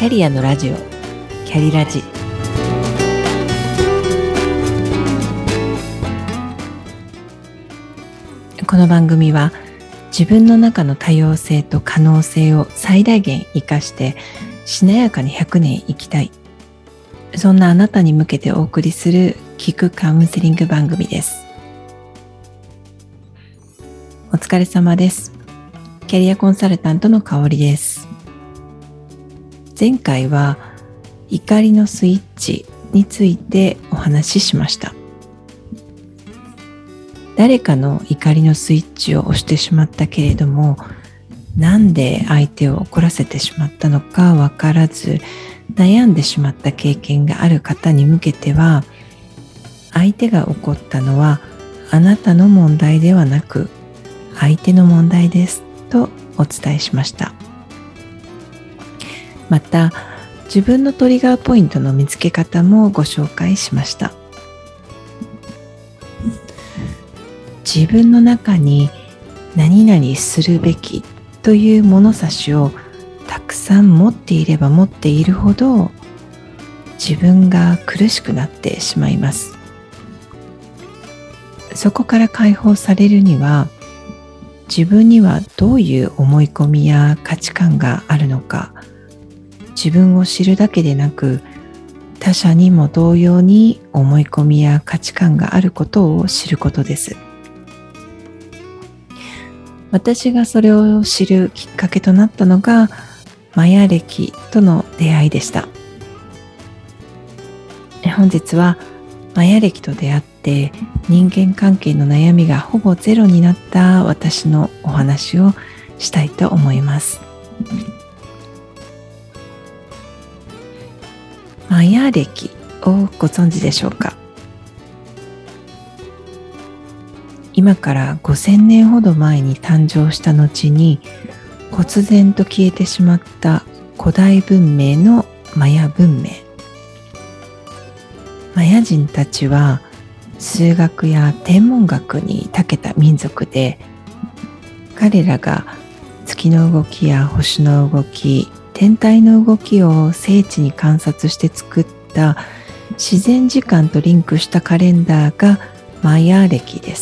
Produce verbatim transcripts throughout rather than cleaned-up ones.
キャリアのラジオ、キャリラジ。この番組は自分の中の多様性と可能性を最大限生かしてしなやかにひゃくねん生きたい、そんなあなたに向けてお送りする聞くカウンセリング番組です。お疲れ様です。キャリアコンサルタントのかおりです。前回は怒りのスイッチについてお話ししました。誰かの怒りのスイッチを押してしまったけれども、なんで相手を怒らせてしまったのかわからず悩んでしまった経験がある方に向けては、相手が怒ったのはあなたの問題ではなく相手の問題ですとお伝えしました。また自分のトリガーポイントの見つけ方もご紹介しました。自分の中に何々するべきという物差しをたくさん持っていれば持っているほど自分が苦しくなってしまいます。そこから解放されるには、自分にはどういう思い込みや価値観があるのか、自分を知るだけでなく他者にも同様に思い込みや価値観があることを知ることです。私がそれを知るきっかけとなったのがマヤ暦との出会いでした。本日はマヤ暦と出会って人間関係の悩みがほぼゼロになった私のお話をしたいと思います。マヤ暦をご存知でしょうか。今からごせんねんほど前に誕生した後に忽然と消えてしまった古代文明のマヤ文明。マヤ人たちは数学や天文学に長けた民族で、彼らが月の動きや星の動き、天体の動きを精緻に観察して作った自然時間とリンクしたカレンダーがマヤ暦です。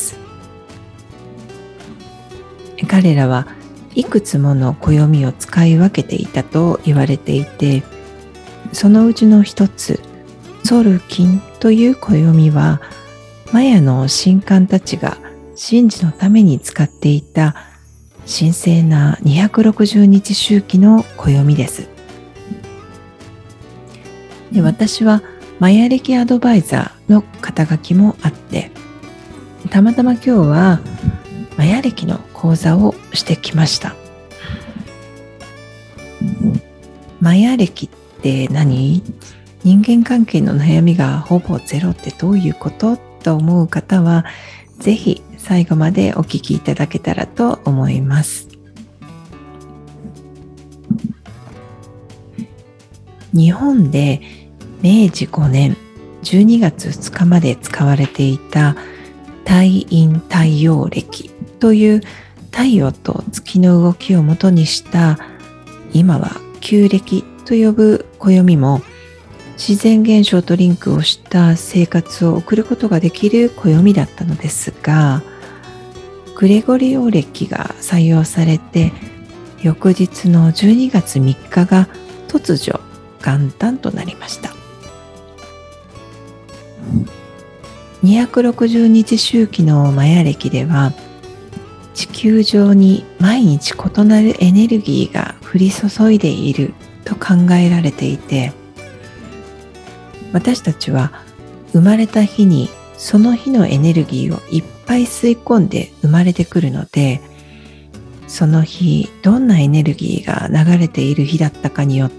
彼らはいくつもの暦を使い分けていたと言われていて、そのうちの一つ、ソルキンという暦はマヤの神官たちが神事のために使っていた神聖なにひゃくろくじゅうにち周期の暦です。で、私はマヤ暦アドバイザーの肩書きもあって、たまたま今日はマヤ暦の講座をしてきました。マヤ暦って何？人間関係の悩みがほぼゼロってどういうことと思う方は、ぜひ最後までお聞きいただけたらと思います。日本でめいじごねんじゅうにがつふつかまで使われていた太陰太陽暦という太陽と月の動きをもとにした、今は旧暦と呼ぶ暦も、自然現象とリンクをした生活を送ることができる暦だったのですが、グレゴリオ暦が採用されて翌日のじゅうにがつみっかが突如元旦となりました。にひゃくろくじゅうにち周期のマヤ暦では、地球上に毎日異なるエネルギーが降り注いでいると考えられていて、私たちは生まれた日にその日のエネルギーをいっぱい吸い込んで生まれてくるので、その日どんなエネルギーが流れている日だったかによって、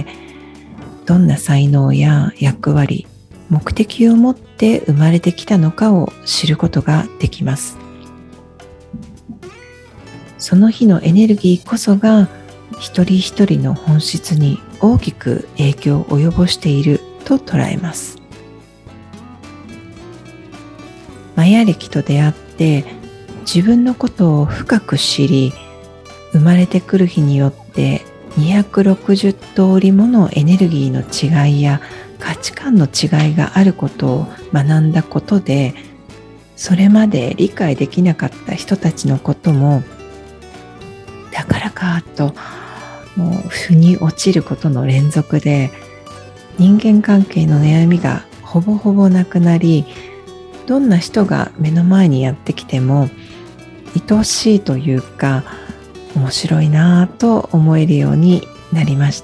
どんな才能や役割、目的を持って生まれてきたのかを知ることができます。その日のエネルギーこそが一人一人の本質に大きく影響を及ぼしていると捉えます。マヤ暦と出会って自分のことを深く知り、生まれてくる日によってにひゃくろくじゅう通りものエネルギーの違いや価値観の違いがあることを学んだことで、それまで理解できなかった人たちのことも、だからかともう腑に落ちることの連続で、人間関係の悩みがほぼほぼなくなり、どんな人が目の前にやってきても愛おしいというか、面白いなぁと思えるようになりました。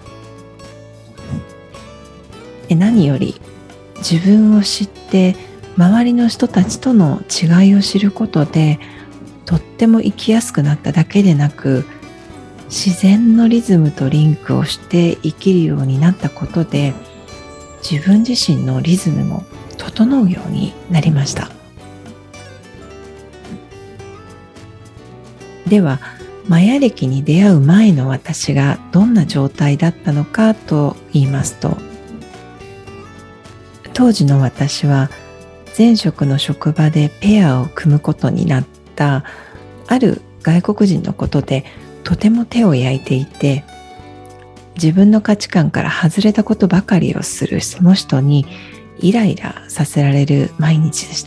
何より自分を知って周りの人たちとの違いを知ることで、とっても生きやすくなっただけでなく、自然のリズムとリンクをして生きるようになったことで、自分自身のリズムも整うようになりました。では、マヤ暦に出会う前の私がどんな状態だったのかと言いますと、当時の私は前職の職場でペアを組むことになったある外国人のことでとても手を焼いていて、自分の価値観から外れたことばかりをするその人にイライラさせられる毎日でした。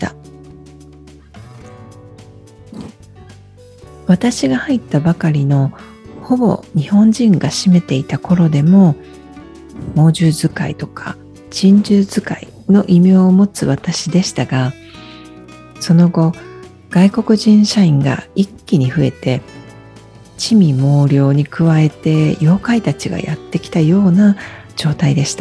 私が入ったばかりのほぼ日本人が占めていた頃でも、猛獣使いとか珍獣使いの異名を持つ私でしたが、その後外国人社員が一気に増えて、魑魅魍魎に加えて妖怪たちがやってきたような状態でした。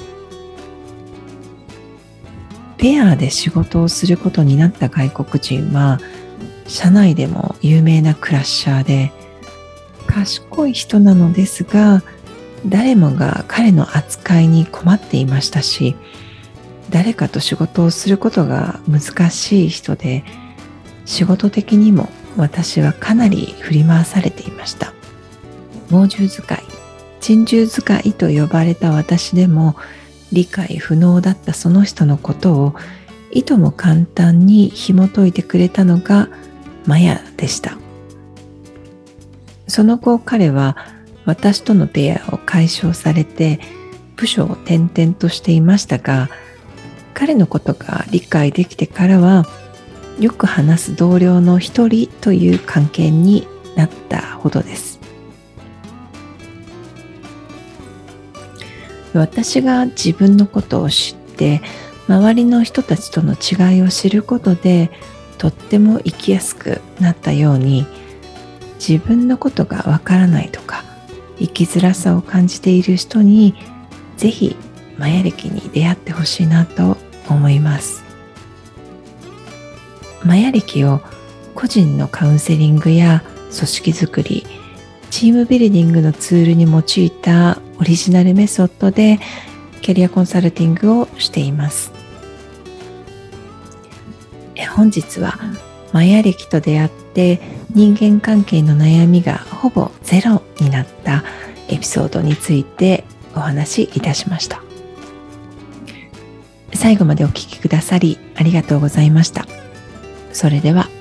ペアで仕事をすることになった外国人は、社内でも有名なクラッシャーで、賢い人なのですが、誰もが彼の扱いに困っていましたし、誰かと仕事をすることが難しい人で、仕事的にも私はかなり振り回されていました。猛獣使い、珍獣使いと呼ばれた私でも、理解不能だったその人のことをいとも簡単に紐解いてくれたのがマヤでした。その後彼は私とのペアを解消されて部署を転々としていましたが、彼のことが理解できてからはよく話す同僚の一人という関係になったほどです。私が自分のことを知って周りの人たちとの違いを知ることでとっても生きやすくなったように、自分のことがわからないとか生きづらさを感じている人にぜひマヤ暦に出会ってほしいなと思います。マヤ暦を個人のカウンセリングや組織づくり、チームビルディングのツールに用いたオリジナルメソッドでキャリアコンサルティングをしています。本日はマヤ暦と出会って人間関係の悩みがほぼゼロになったエピソードについてお話しいたしました。最後までお聞きくださりありがとうございました。それでは。